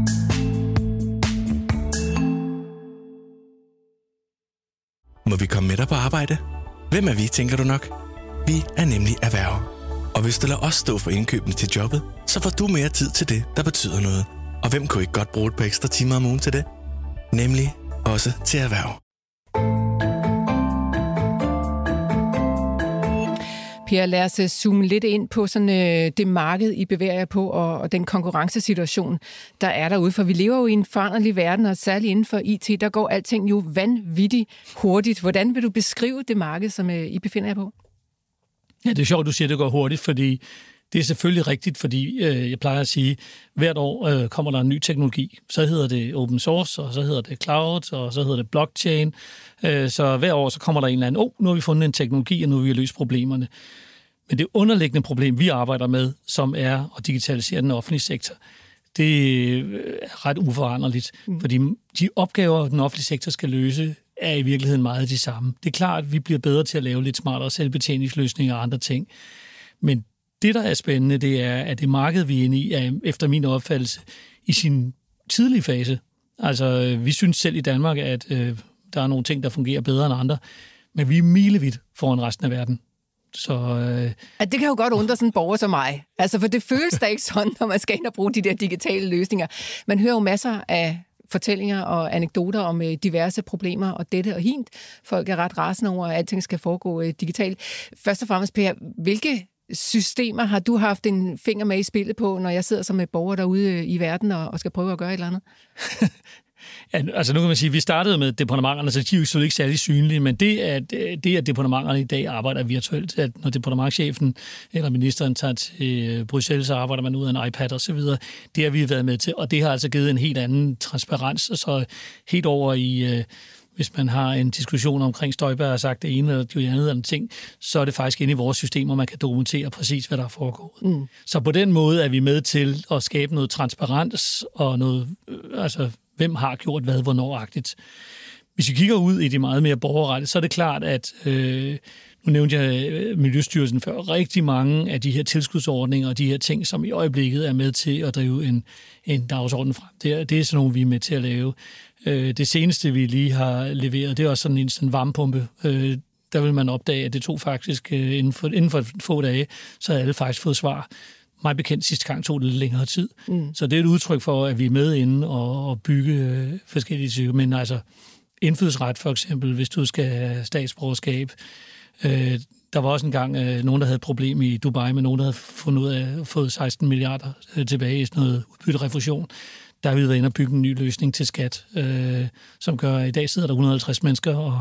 Speaker 5: Må vi komme med dig på arbejde? Hvem er vi, tænker du nok? Vi er nemlig Erhverv. Og hvis du lader os stå for indkøbene til jobbet, så får du mere tid til det, der betyder noget. Og hvem kunne ikke godt bruge et par ekstra timer om ugen til det? Nemlig også til Erhverv.
Speaker 3: Per, lad os zoome lidt ind på sådan, det marked, I bevæger jer på, og den konkurrencesituation, der er derude. For vi lever jo i en foranderlig verden, og særligt inden for IT, der går alting jo vanvittigt hurtigt. Hvordan vil du beskrive det marked, som I befinder jer på?
Speaker 4: Ja, det er sjovt, du siger, at det går hurtigt, fordi det er selvfølgelig rigtigt, fordi jeg plejer at sige, at hvert år kommer der en ny teknologi. Så hedder det open source, og så hedder det cloud, og så hedder det blockchain. Så hver år så kommer der en eller anden, nu har vi fundet en teknologi, og nu har vi løst problemerne. Men det underliggende problem, vi arbejder med, som er at digitalisere den offentlige sektor, det er ret uforanderligt, fordi de opgaver, den offentlige sektor skal løse, er i virkeligheden meget de samme. Det er klart, at vi bliver bedre til at lave lidt smartere selvbetjeningsløsninger og andre ting. Men det, der er spændende, det er, at det marked, vi er inde i, er efter min opfattelse i sin tidlige fase. Altså, vi synes selv i Danmark, at der er nogle ting, der fungerer bedre end andre, men vi er milevidt foran resten af verden. Så,
Speaker 3: det kan jo godt undre sådan en borger som mig. Altså, for det føles da ikke sådan, når man skal ind og bruge de der digitale løsninger. Man hører jo masser af fortællinger og anekdoter om diverse problemer og dette og hint. Folk er ret rasende over, at alting skal foregå digitalt. Først og fremmest, Per, hvilke systemer har du haft en finger med i spillet på, når jeg sidder som et borger derude i verden og skal prøve at gøre et eller andet?
Speaker 4: Ja, altså nu kan man sige, at vi startede med departementerne, så de er jo ikke særlig synlige, men det at departementerne i dag arbejder virtuelt, at når departementschefen eller ministeren tager til Bruxelles, så arbejder man ud af en iPad og så videre. Det har vi været med til, og det har altså givet en helt anden transparens, og så helt over i... Hvis man har en diskussion omkring Støjberg og sagt det ene eller det andet eller ting, så er det faktisk inde i vores systemer, man kan dokumentere præcis, hvad der er foregået. Så på den måde er vi med til at skabe noget transparens og noget, altså hvem har gjort hvad, hvornår-agtigt. Hvis vi kigger ud i det meget mere borgerrette, så er det klart, at nu nævnte jeg Miljøstyrelsen før, rigtig mange af de her tilskudsordninger og de her ting, som i øjeblikket er med til at drive en dagsorden frem. Det er sådan nogle, vi er med til at lave. Det seneste, vi lige har leveret, det er også sådan en varmepumpe. Der vil man opdage, at det tog faktisk inden for få dage, så havde alle faktisk fået svar. Mig bekendt sidste gang tog det lidt længere tid. Så det er et udtryk for, at vi er med inde og bygge forskellige typer. Men altså indfødsret for eksempel, hvis du skal have statsborgerskab. Der var også engang nogen, der havde et problem i Dubai med nogen, der havde fundet ud af fået 16 milliarder tilbage i sådan noget udbytterefusion. Der har vi været inde og bygge en ny løsning til skat, som gør, at i dag sidder der 150 mennesker, og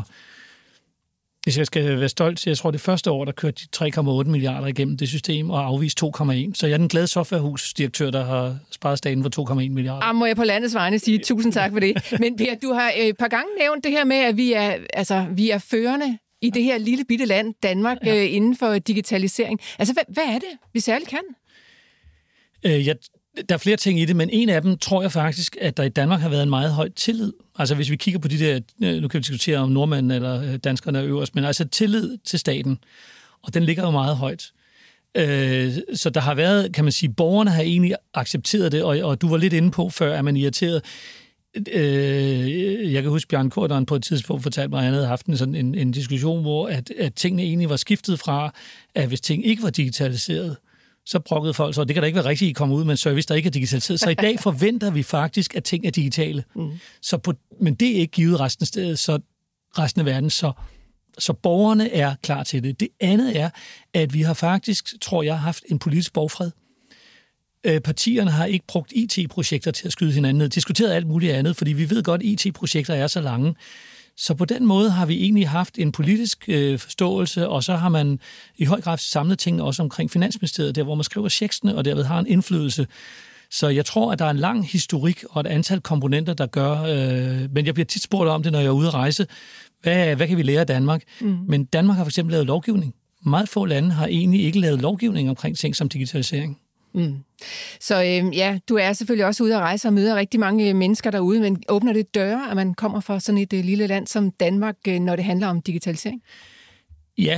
Speaker 4: hvis jeg skal være stolt, så jeg tror, det første år, der kørte de 3,8 milliarder igennem det system og afvist 2,1. Så jeg er den glade softwarehusdirektør, der har sparet staten for 2,1 milliarder.
Speaker 3: Må jeg på landets vegne sige tusind tak for det. Men Per, du har et par gange nævnt det her med, at vi er førende i det her lille bitte land, Danmark, inden for digitalisering. Altså, hvad er det, vi særligt kan?
Speaker 4: Der er flere ting i det, men en af dem tror jeg faktisk, at der i Danmark har været en meget høj tillid. Altså hvis vi kigger på de der, nu kan vi diskutere om nordmændene eller danskerne er øverst, men altså tillid til staten, og den ligger jo meget højt. Så der har været, kan man sige, borgerne har egentlig accepteret det, og du var lidt inde på før, at man irriteret. Jeg kan huske, Bjarne Corydon på et tidspunkt fortalte mig, at han havde haft en diskussion, hvor at tingene egentlig var skiftet fra, at hvis ting ikke var digitaliseret, så brokkede folk så, det kan da ikke være rigtigt, at I kommer ud med en service, der ikke er digitaliseret. Så i dag forventer vi faktisk, at ting er digitale. Men det er ikke givet resten af verden, så borgerne er klar til det. Det andet er, at vi har faktisk, tror jeg, haft en politisk borgfred. Partierne har ikke brugt IT-projekter til at skyde hinanden ned, diskuteret alt muligt andet, fordi vi ved godt, at IT-projekter er så lange. Så på den måde har vi egentlig haft en politisk forståelse, og så har man i høj grad samlet ting også omkring Finansministeriet, der hvor man skriver checksene, og derved har en indflydelse. Så jeg tror, at der er en lang historik og et antal komponenter, der gør... men jeg bliver tit spurgt om det, når jeg er ude at rejse. Hvad kan vi lære af Danmark? Men Danmark har for eksempel lavet lovgivning. Meget få lande har egentlig ikke lavet lovgivning omkring ting som digitalisering.
Speaker 3: Så du er selvfølgelig også ude at rejse og møder rigtig mange mennesker derude, men åbner det døre, at man kommer fra sådan et lille land som Danmark, når det handler om digitalisering?
Speaker 4: Ja,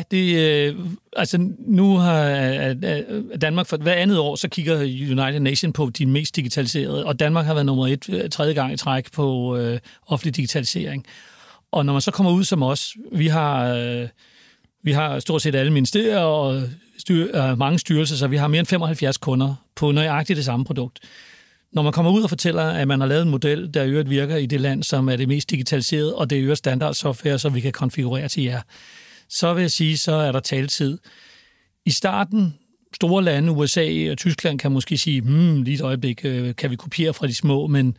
Speaker 4: nu har Danmark for hver andet år, så kigger United Nations på de mest digitaliserede, og Danmark har været nummer 1 tredje gang i træk på offentlig digitalisering. Og når man så kommer ud som os, vi har stort set alle ministerier og mange styrelser, så vi har mere end 75 kunder på nøjagtigt det samme produkt. Når man kommer ud og fortæller, at man har lavet en model, der i øvrigt virker i det land, som er det mest digitaliseret, og det er i øvrigt standardsoftware, så vi kan konfigurere til jer, så vil jeg sige, så er der taletid. I starten, store lande, USA og Tyskland, kan måske sige, lige et øjeblik, kan vi kopiere fra de små, men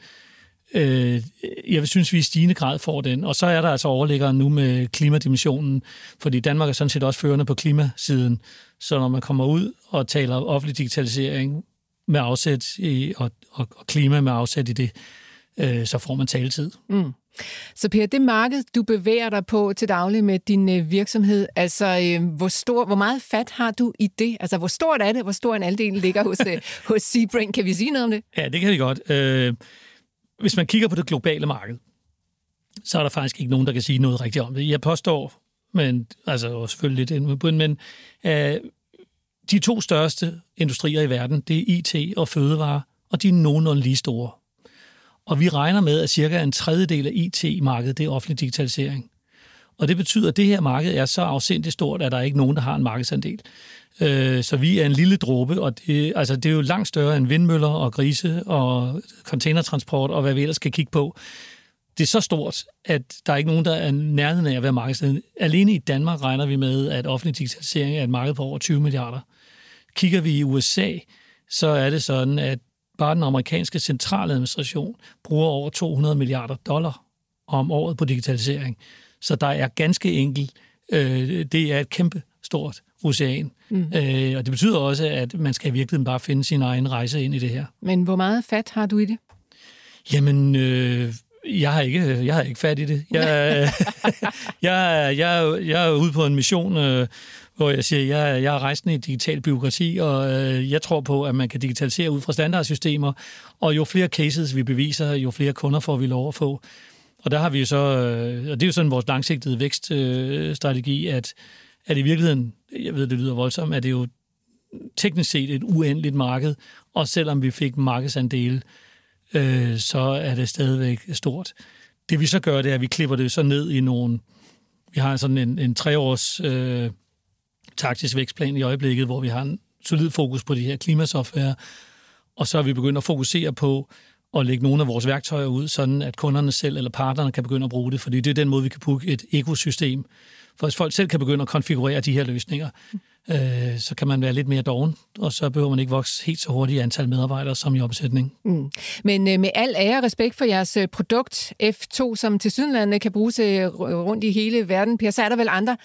Speaker 4: jeg synes, vi i stigende grad får den. Og så er der altså overliggere nu med klimadimensionen, fordi Danmark er sådan set også førende på klimasiden. Så når man kommer ud og taler offentlig digitalisering med afsæt og klima med afsæt i det, så får man taletid.
Speaker 3: Så Per, det marked, du bevæger dig på til daglig med din virksomhed, altså hvor meget fat har du i det? Altså hvor stort er det? Hvor stor en andel ligger hos Cbrain? Kan vi sige noget om det?
Speaker 4: Ja, det kan vi godt. Hvis man kigger på det globale marked, så er der faktisk ikke nogen, der kan sige noget rigtigt om det. Jeg påstår, men altså selvfølgelig lidt indbundet, men de 2 største industrier i verden, det er IT og fødevare, og de er nogenlunde lige store. Og vi regner med, at cirka en tredjedel af IT-markedet, det er offentlig digitalisering. Og det betyder, at det her marked er så afsindigt stort, at der er ikke nogen, der har en markedsandel. Så vi er en lille dråbe, og det er jo langt større end vindmøller og grise og containertransport og hvad vi ellers kan kigge på. Det er så stort, at der er ikke nogen, der er nærheden af at være markedsledende. Alene i Danmark regner vi med, at offentlig digitalisering er et marked på over 20 milliarder. Kigger vi i USA, så er det sådan, at bare den amerikanske centraladministration bruger over $200 milliarder om året på digitalisering. Så der er ganske enkelt, det er et kæmpe stort ocean. Og det betyder også, at man skal i virkeligheden bare finde sin egen rejse ind i det her. Men
Speaker 3: hvor meget fat har du i det?
Speaker 4: Jamen, jeg har ikke fat i det. Jeg er ude på en mission, hvor jeg siger, jeg er rejsende i digital bureaukrati, og jeg tror på, at man kan digitalisere ud fra standardsystemer, og jo flere cases vi beviser, jo flere kunder får vi lov at få. Og der har vi jo så, og det er jo sådan vores langsigtede vækststrategi, at i virkeligheden, jeg ved, det lyder voldsomt, at det er jo teknisk set et uendeligt marked, og selvom vi fik markedsandele, så er det stadigvæk stort. Det vi så gør, det er, at vi klipper det så ned i nogle... Vi har sådan en 3-års taktisk vækstplan i øjeblikket, hvor vi har en solid fokus på de her klimasoftware, og så er vi begyndt at fokusere på at lægge nogle af vores værktøjer ud, sådan at kunderne selv eller partnerne kan begynde at bruge det, fordi det er den måde, vi kan bygge et økosystem. For hvis folk selv kan begynde at konfigurere de her løsninger, så kan man være lidt mere doven, og så behøver man ikke vokse helt så hurtigt i antal medarbejdere som i omsætning.
Speaker 3: Men med al ære og respekt for jeres produkt F2, som tilsyneladende kan bruges rundt i hele verden, Per, så er der vel andre,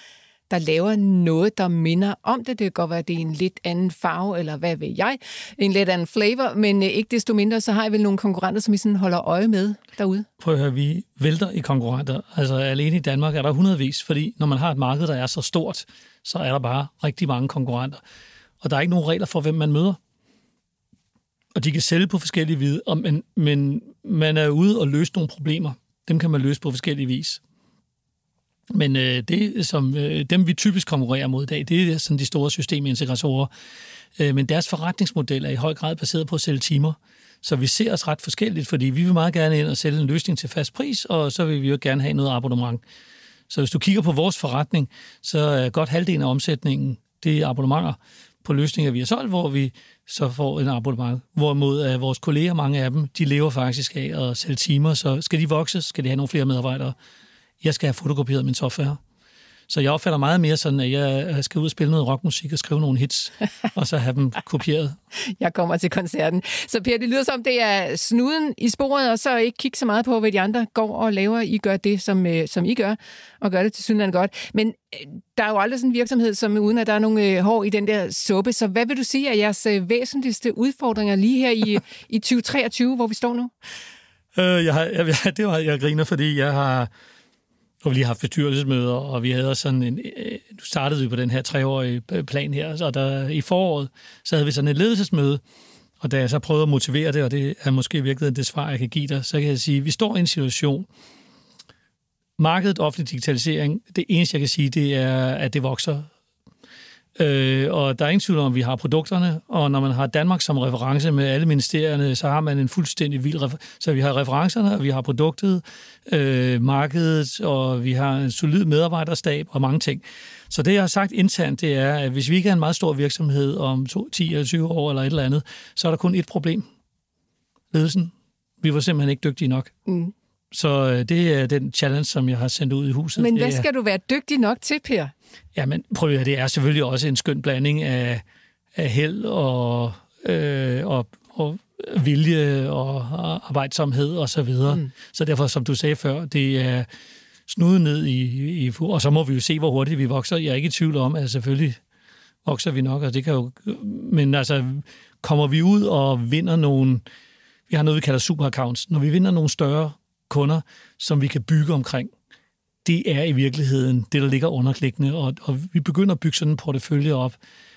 Speaker 3: der laver noget, der minder om det. Det kan godt være, at det er en lidt anden farve, eller hvad ved jeg, en lidt anden flavor, men ikke desto mindre, så har I vel nogle konkurrenter, som I sådan holder øje med derude?
Speaker 4: Prøv at høre, vi vælter i konkurrenter. Altså alene i Danmark er der hundredvis, fordi når man har et marked, der er så stort, så er der bare rigtig mange konkurrenter. Og der er ikke nogen regler for, hvem man møder. Og de kan sælge på forskellige vis, men man er ude og løse nogle problemer. Dem kan man løse på forskellige vis. Men det, som dem vi typisk konkurrerer mod i dag, det er sådan de store systemintegratorer. Men deres forretningsmodel er i høj grad baseret på at sælge timer. Så vi ser os ret forskelligt, fordi vi vil meget gerne ind og sælge en løsning til fast pris, og så vil vi jo gerne have noget abonnement. Så hvis du kigger på vores forretning, så er godt halvdelen af omsætningen, det er abonnementer på løsninger, vi har solgt, hvor vi så får en abonnement. Hvorimod vores kolleger, mange af dem, de lever faktisk af at sælge timer, så skal de vokse, skal de have nogle flere medarbejdere. Jeg skal have fotokopieret min software. Så jeg opfatter meget mere sådan, at jeg skal ud og spille noget rockmusik og skrive nogle hits, og så have dem kopieret. Jeg
Speaker 3: kommer til koncerten. Så Per, det lyder som, det er snuden i sporet, og så ikke kigge så meget på, hvad de andre går og laver. I gør det, som I gør, og gør det til synligheden godt. Men der er jo aldrig sådan en virksomhed, som uden at der er nogle hår i den der suppe. Så hvad vil du sige er jeres væsentligste udfordringer lige her i 2023, hvor vi står nu?
Speaker 4: Jeg griner, fordi jeg har... Og vi lige haft bestyrelsesmøder, og vi havde sådan nu startede vi på den her 3-årige plan her, og der i foråret, så havde vi sådan et ledelsesmøde, og da jeg så prøvede at motivere det, og det er måske virkelig det svar, jeg kan give dig, så kan jeg sige, at vi står i en situation, markedet offentlig digitalisering, det eneste, jeg kan sige, det er, at det vokser. Og der er ingen tvivl om, at vi har produkterne, og når man har Danmark som reference med alle ministerierne, så har man en fuldstændig vild så vi har referencerne, og vi har produktet, markedet, og vi har en solid medarbejderstab og mange ting. Så det, jeg har sagt internt, det er, at hvis vi ikke er en meget stor virksomhed om 10 eller 20 år eller et eller andet, så er der kun et problem. Ledelsen. Vi var simpelthen ikke dygtige nok. Mm. Så det er den challenge, som jeg har sendt ud i huset.
Speaker 3: Men hvad skal du være dygtig nok til, Per?
Speaker 4: Jamen, prøv at det er selvfølgelig også en skøn blanding af held og vilje og arbejdsomhed og så videre. Mm. Så derfor, som du sagde før, det er snuden ned i og så må vi jo se, hvor hurtigt vi vokser. Jeg er ikke i tvivl om, at selvfølgelig vokser vi nok, og det kan jo... Men altså, kommer vi ud og vinder nogle... Vi har noget, vi kalder superaccounts. Når vi vinder nogle større kunder, som vi kan bygge omkring, det er i virkeligheden det, der ligger underliggende, og vi begynder at bygge sådan en portefølje op.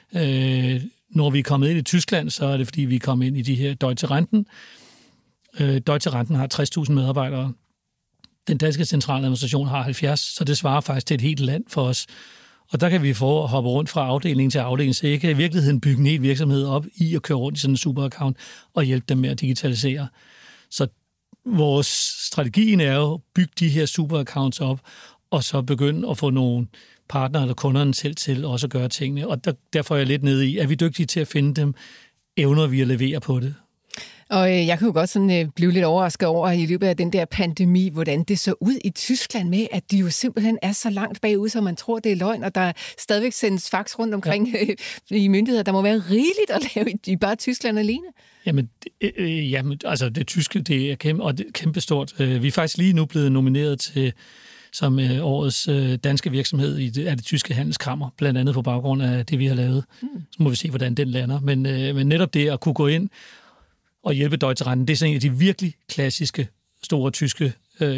Speaker 4: Når vi er kommet ind i Tyskland, så er det, fordi vi er kommet ind i de her Deutsche Renten. Deutsche Renten har 60.000 medarbejdere. Den danske centraladministration har 70, så det svarer faktisk til et helt land for os. Og der kan vi få at hoppe rundt fra afdeling til afdeling, så jeg kan i virkeligheden bygge en hel virksomhed op i at køre rundt i sådan en superaccount og hjælpe dem med at digitalisere. Så vores strategien er jo at bygge de her superaccounts op, og så begynde at få nogle partnere eller kunderne selv til også at gøre tingene. Og derfor er jeg lidt nede i, er vi dygtige til at finde dem? Evner vi at levere på det?
Speaker 3: Og jeg kan jo godt sådan blive lidt overrasket over i løbet af den der pandemi, hvordan det så ud i Tyskland med, at de jo simpelthen er så langt bagud, så man tror, det er løgn, og der stadigvæk sendes fax rundt omkring i myndigheder. Der må være rigeligt at lave i bare Tyskland alene.
Speaker 4: Jamen, altså det tyske, det er kæmpestort. Vi er faktisk lige nu blevet nomineret til som årets danske virksomhed af det tyske handelskammer, blandt andet på baggrund af det, vi har lavet. Så må vi se, hvordan den lander. Men netop det at kunne gå ind og hjælpe Deutsche Renten, det er sådan en af de virkelig klassiske store tyske,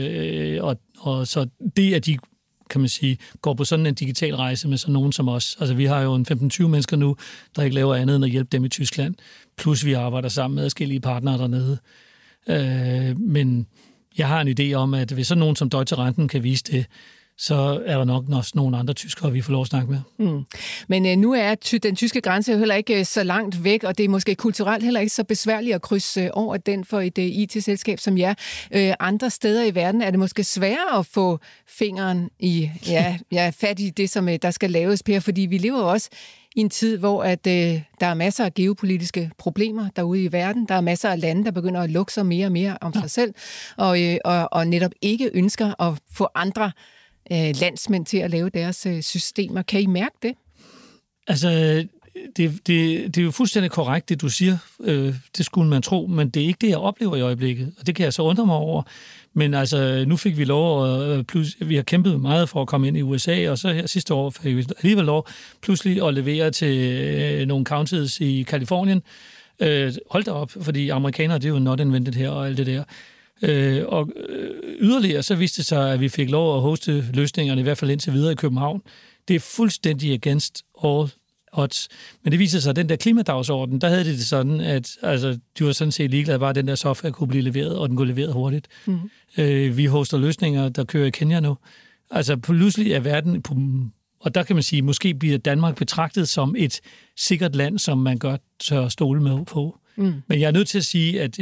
Speaker 4: og så det, at de, kan man sige, går på sådan en digital rejse med sådan nogen som os. Altså vi har jo en 15-20 mennesker nu, der ikke laver andet end at hjælpe dem i Tyskland, plus vi arbejder sammen med forskellige partnere dernede. Men jeg har en idé om, at hvis sådan nogen som Deutsche Renten kan vise det, så er der nok også nogle andre tyskere, vi får lov at snakke med. Mm.
Speaker 3: Men nu er den tyske grænse jo heller ikke så langt væk, og det er måske kulturelt heller ikke så besværligt at krydse over den for et IT-selskab som jer. Andre steder i verden er det måske sværere at få fingeren i, fat i det, som der skal laves, Per, fordi vi lever jo også i en tid, hvor der er masser af geopolitiske problemer derude i verden. Der er masser af lande, der begynder at lukke sig mere og mere om sig selv, og netop ikke ønsker at få andre landsmænd til at lave deres systemer. Kan I mærke det?
Speaker 4: Altså, det er jo fuldstændig korrekt, det du siger. Det skulle man tro, men det er ikke det, jeg oplever i øjeblikket. Og det kan jeg så undre mig over. Men altså, nu fik vi lov, og vi har kæmpet meget for at komme ind i USA, og så her sidste år fik vi alligevel lov pludselig at levere til nogle counties i Kalifornien. Hold da op, fordi amerikanere, det er jo not invented her og alt det der. Og yderligere så viste det sig, at vi fik lov at hoste løsningerne, i hvert fald indtil videre i København. Det er fuldstændig against all odds. Men det viser sig, at den der klimadagsorden, der havde det sådan, at altså, de var sådan set ligeglade, bare den der software kunne blive leveret, og den kunne leveret hurtigt. Vi hoster løsninger, der kører i Kenya nu. Altså pludselig er verden, og der kan man sige, måske bliver Danmark betragtet som et sikkert land, som man godt tør stole med på. Men jeg er nødt til at sige, at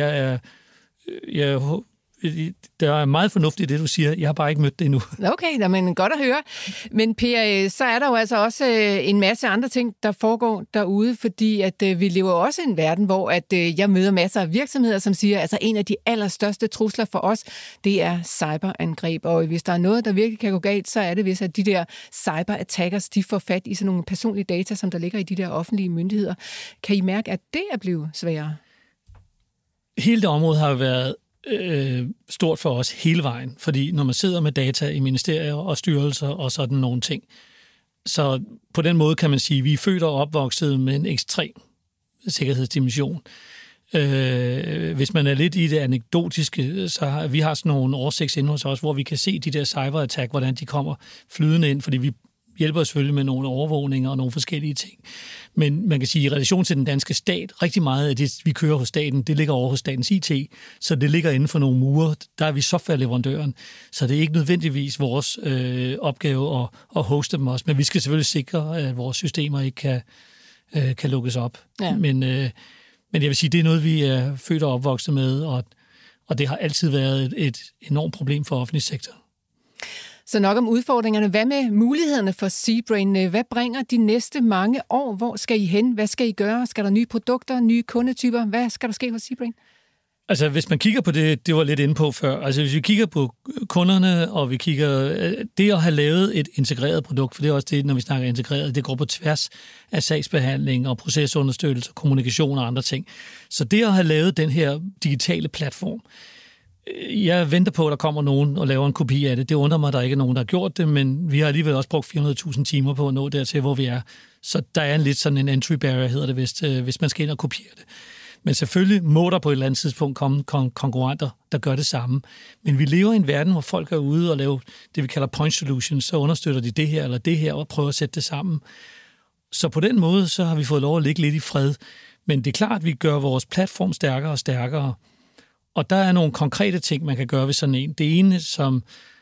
Speaker 4: der er meget fornuftigt det, du siger. Jeg har bare ikke mødt det endnu.
Speaker 3: Okay, men godt at høre. Men Per, så er der jo altså også en masse andre ting, der foregår derude, fordi at vi lever også i en verden, hvor at jeg møder masser af virksomheder, som siger, altså en af de allerstørste trusler for os, det er cyberangreb. Og hvis der er noget, der virkelig kan gå galt, så er det, hvis at de der cyberattackers, de får fat i sådan nogle personlige data, som der ligger i de der offentlige myndigheder. Kan I mærke, at det er blevet sværere?
Speaker 4: Hele det område har været stort for os hele vejen, fordi når man sidder med data i ministerier og styrelser og sådan nogle ting, så på den måde kan man sige, at vi er født og opvokset med en ekstrem sikkerhedsdimension. Hvis man er lidt i det anekdotiske, så har vi sådan nogle oversigts inde hos os, hvor vi kan se de der cyberattack, hvordan de kommer flydende ind, fordi vi hjælper selvfølgelig med nogle overvågninger og nogle forskellige ting. Men man kan sige, at i relation til den danske stat, rigtig meget af det, vi kører hos staten, det ligger over hos statens IT, så det ligger inden for nogle mure. Der er vi softwareleverandøren, så det er ikke nødvendigvis vores opgave at hoste dem også. Men vi skal selvfølgelig sikre, at vores systemer ikke kan lukkes op. Ja. Men jeg vil sige, det er noget, vi er født og opvokset med, og det har altid været et enormt problem for offentlig sektor.
Speaker 3: Så nok om udfordringerne. Hvad med mulighederne for Cbrain? Hvad bringer de næste mange år? Hvor skal I hen? Hvad skal I gøre? Skal der nye produkter, nye kundetyper? Hvad skal der ske hos Cbrain?
Speaker 4: Altså, hvis man kigger på det var lidt inde på før. Altså, hvis vi kigger på kunderne, og vi kigger... Det at have lavet et integreret produkt, for det er også det, når vi snakker integreret, det går på tværs af sagsbehandling og procesunderstøttelse, kommunikation og andre ting. Så det at have lavet den her digitale platform, jeg venter på, at der kommer nogen og laver en kopi af det. Det undrer mig, at der ikke er nogen, der har gjort det, men vi har alligevel også brugt 400.000 timer på at nå dertil, hvor vi er. Så der er lidt sådan en entry barrier, hedder det, hvis man skal ind og kopiere det. Men selvfølgelig må der på et eller andet tidspunkt komme konkurrenter, der gør det samme. Men vi lever i en verden, hvor folk er ude og lave det, vi kalder point solutions, så understøtter de det her eller det her og prøver at sætte det sammen. Så på den måde, så har vi fået lov at ligge lidt i fred. Men det er klart, at vi gør vores platform stærkere og stærkere. Og der er nogle konkrete ting, man kan gøre ved sådan en. Det ene, som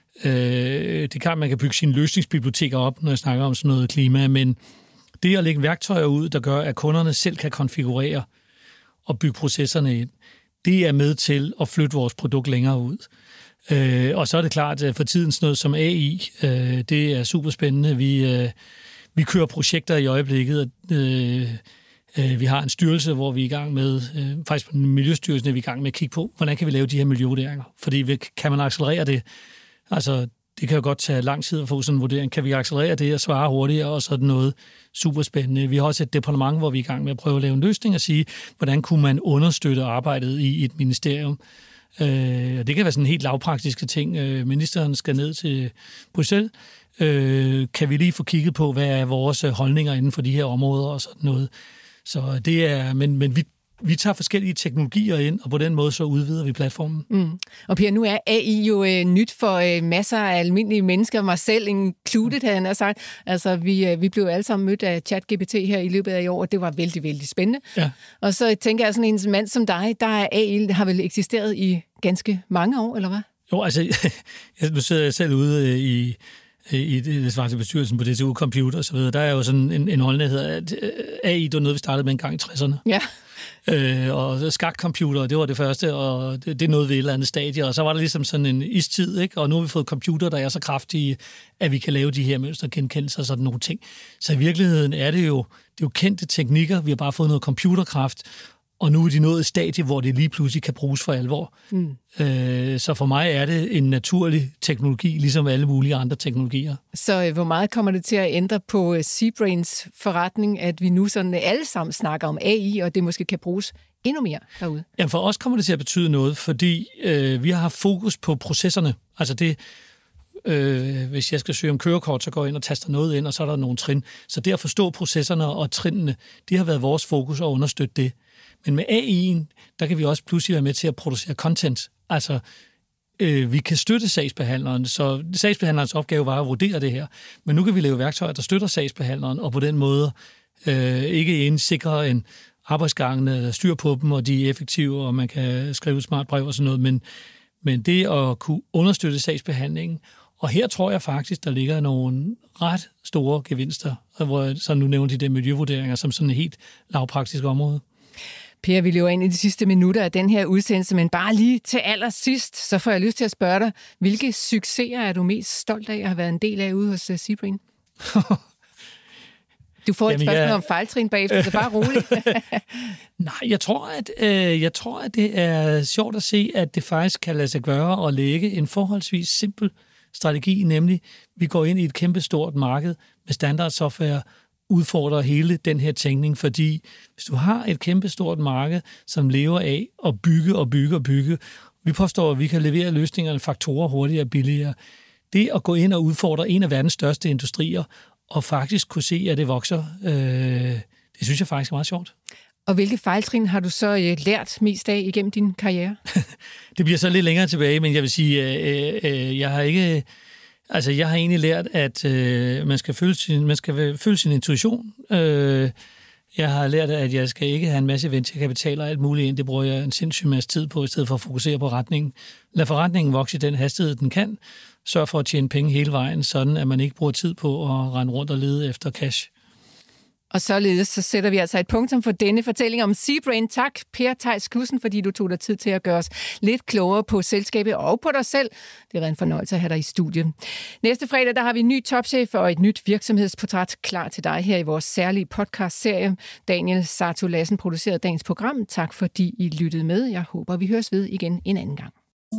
Speaker 4: det kan man kan bygge sine løsningsbiblioteker op, når jeg snakker om sådan noget klima, men det at lægge værktøjer ud, der gør, at kunderne selv kan konfigurere og bygge processerne ind, det er med til at flytte vores produkt længere ud. Og så er det klart, at for tiden sådan noget som AI, det er super spændende. Vi kører projekter i øjeblikket, vi har en styrelse, hvor vi er i gang med, faktisk på Miljøstyrelsen er vi i gang med at kigge på, hvordan kan vi lave de her miljøvurderinger? Fordi kan man accelerere det? Altså, det kan jo godt tage lang tid at få sådan en vurdering. Kan vi accelerere det og svare hurtigere og sådan noget super spændende? Vi har også et departement, hvor vi er i gang med at prøve at lave en løsning og sige, hvordan kunne man understøtte arbejdet i et ministerium? Det kan være sådan helt lavpraktiske ting. Ministeren skal ned til Bruxelles. Kan vi lige få kigget på, hvad er vores holdninger inden for de her områder og sådan noget? Så det er, men vi tager forskellige teknologier ind, og på den måde så udvider vi platformen.
Speaker 3: Og Per, nu er AI jo nyt for masser af almindelige mennesker, mig selv included, havde han sagt. Altså, vi blev alle sammen mødt af ChatGPT her i løbet af i år, og det var vældig, vældig spændende. Ja. Og så tænker jeg, sådan en mand som dig, der er AI, har vel eksisteret i ganske mange år, eller hvad?
Speaker 4: Jo, altså, nu sidder jeg selv ude i det svarer til bestyrelsen på DTU Computer og så videre. Der er jo sådan en holdning, der hedder, at AI, det var noget, vi startede med en gang i 60'erne. Ja. Og skakcomputer, det var det første, og det nåede ved et eller andet stadie, og så var der ligesom sådan en istid, ikke? Og nu har vi fået computer, der er så kraftige, at vi kan lave de her mønstergenkendelser og sådan nogle ting. Så i virkeligheden er det jo kendte teknikker, vi har bare fået noget computerkraft, Og nu er de nået et stadie, hvor det lige pludselig kan bruges for alvor. Så for mig er det en naturlig teknologi, ligesom alle mulige andre teknologier.
Speaker 3: Så hvor meget kommer det til at ændre på Seabrains forretning, at vi nu sådan alle sammen snakker om AI, og det måske kan bruges endnu mere derude?
Speaker 4: Jamen for os kommer det til at betyde noget, fordi vi har haft fokus på processerne. Altså det, hvis jeg skal søge om kørekort, så går jeg ind og taster noget ind, og så er der nogle trin. Så det at forstå processerne og trinene, det har været vores fokus at understøtte det. Men med AI'en, der kan vi også pludselig være med til at producere content. Altså, vi kan støtte sagsbehandleren, så sagsbehandlerens opgave var at vurdere det her. Men nu kan vi lave værktøjer, der støtter sagsbehandleren, og på den måde ikke ens sikre en arbejdsgangene, styr på dem, og de er effektive, og man kan skrive et smart brev og sådan noget. Men det at kunne understøtte sagsbehandlingen, og her tror jeg faktisk, der ligger nogle ret store gevinster, hvor så nu nævner de der miljøvurderinger som sådan et helt lavpraktisk område.
Speaker 3: Per, vi løber ind i de sidste minutter af den her udsendelse, men bare lige til allersidst, så får jeg lyst til at spørge dig, hvilke succeser er du mest stolt af at have været en del af ude hos Seabrain? Du får et spørgsmål om fejltrin bagefter, så bare roligt.
Speaker 4: Nej, jeg tror, at det er sjovt at se, at det faktisk kan lade sig gøre at lægge en forholdsvis simpel strategi, nemlig vi går ind i et kæmpestort marked med standardsoftware, udfordrer hele den her tænkning, fordi hvis du har et kæmpestort marked, som lever af at bygge, vi påstår, at vi kan levere løsningerne faktorer hurtigere og billigere. Det at gå ind og udfordre en af verdens største industrier, og faktisk kunne se, at det vokser, det synes jeg faktisk er meget sjovt.
Speaker 3: Og hvilke fejltrin har du så lært mest af igennem din karriere?
Speaker 4: Det bliver så lidt længere tilbage, men jeg vil sige, jeg har egentlig lært, at man skal følge sin intuition. Jeg har lært, at jeg skal ikke have en masse venturekapital og alt muligt ind. Det bruger jeg en sindssyg masse tid på, i stedet for at fokusere på retningen. Lad forretningen vokse i den hastighed, den kan. Sørg for at tjene penge hele vejen, sådan at man ikke bruger tid på at rende rundt og lede efter cash.
Speaker 3: Og således så sætter vi altså et punktum for denne fortælling om Seabrain. Tak, Per Theis Knudsen, fordi du tog dig tid til at gøre os lidt klogere på selskabet og på dig selv. Det har været en fornøjelse at have dig i studiet. Næste fredag, der har vi en ny topchef og et nyt virksomhedsportræt klar til dig her i vores særlige podcast-serie. Daniel Sarto Lassen producerede dagens program. Tak fordi I lyttede med. Jeg håber, vi høres ved igen en anden gang.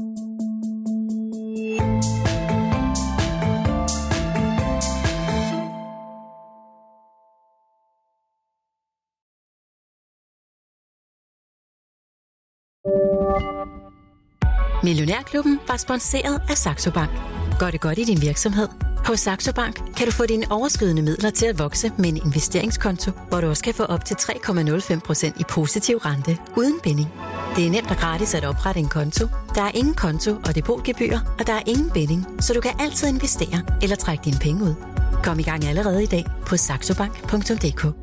Speaker 1: Millionærklubben var sponsoreret af Saxo Bank. Gør det godt i din virksomhed? Hos Saxo Bank kan du få dine overskydende midler til at vokse med en investeringskonto, hvor du også kan få op til 3,05% i positiv rente uden binding. Det er nemt og gratis at oprette en konto. Der er ingen konto og depotgebyr, og der er ingen binding, så du kan altid investere eller trække dine penge ud. Kom i gang allerede i dag på saxobank.dk.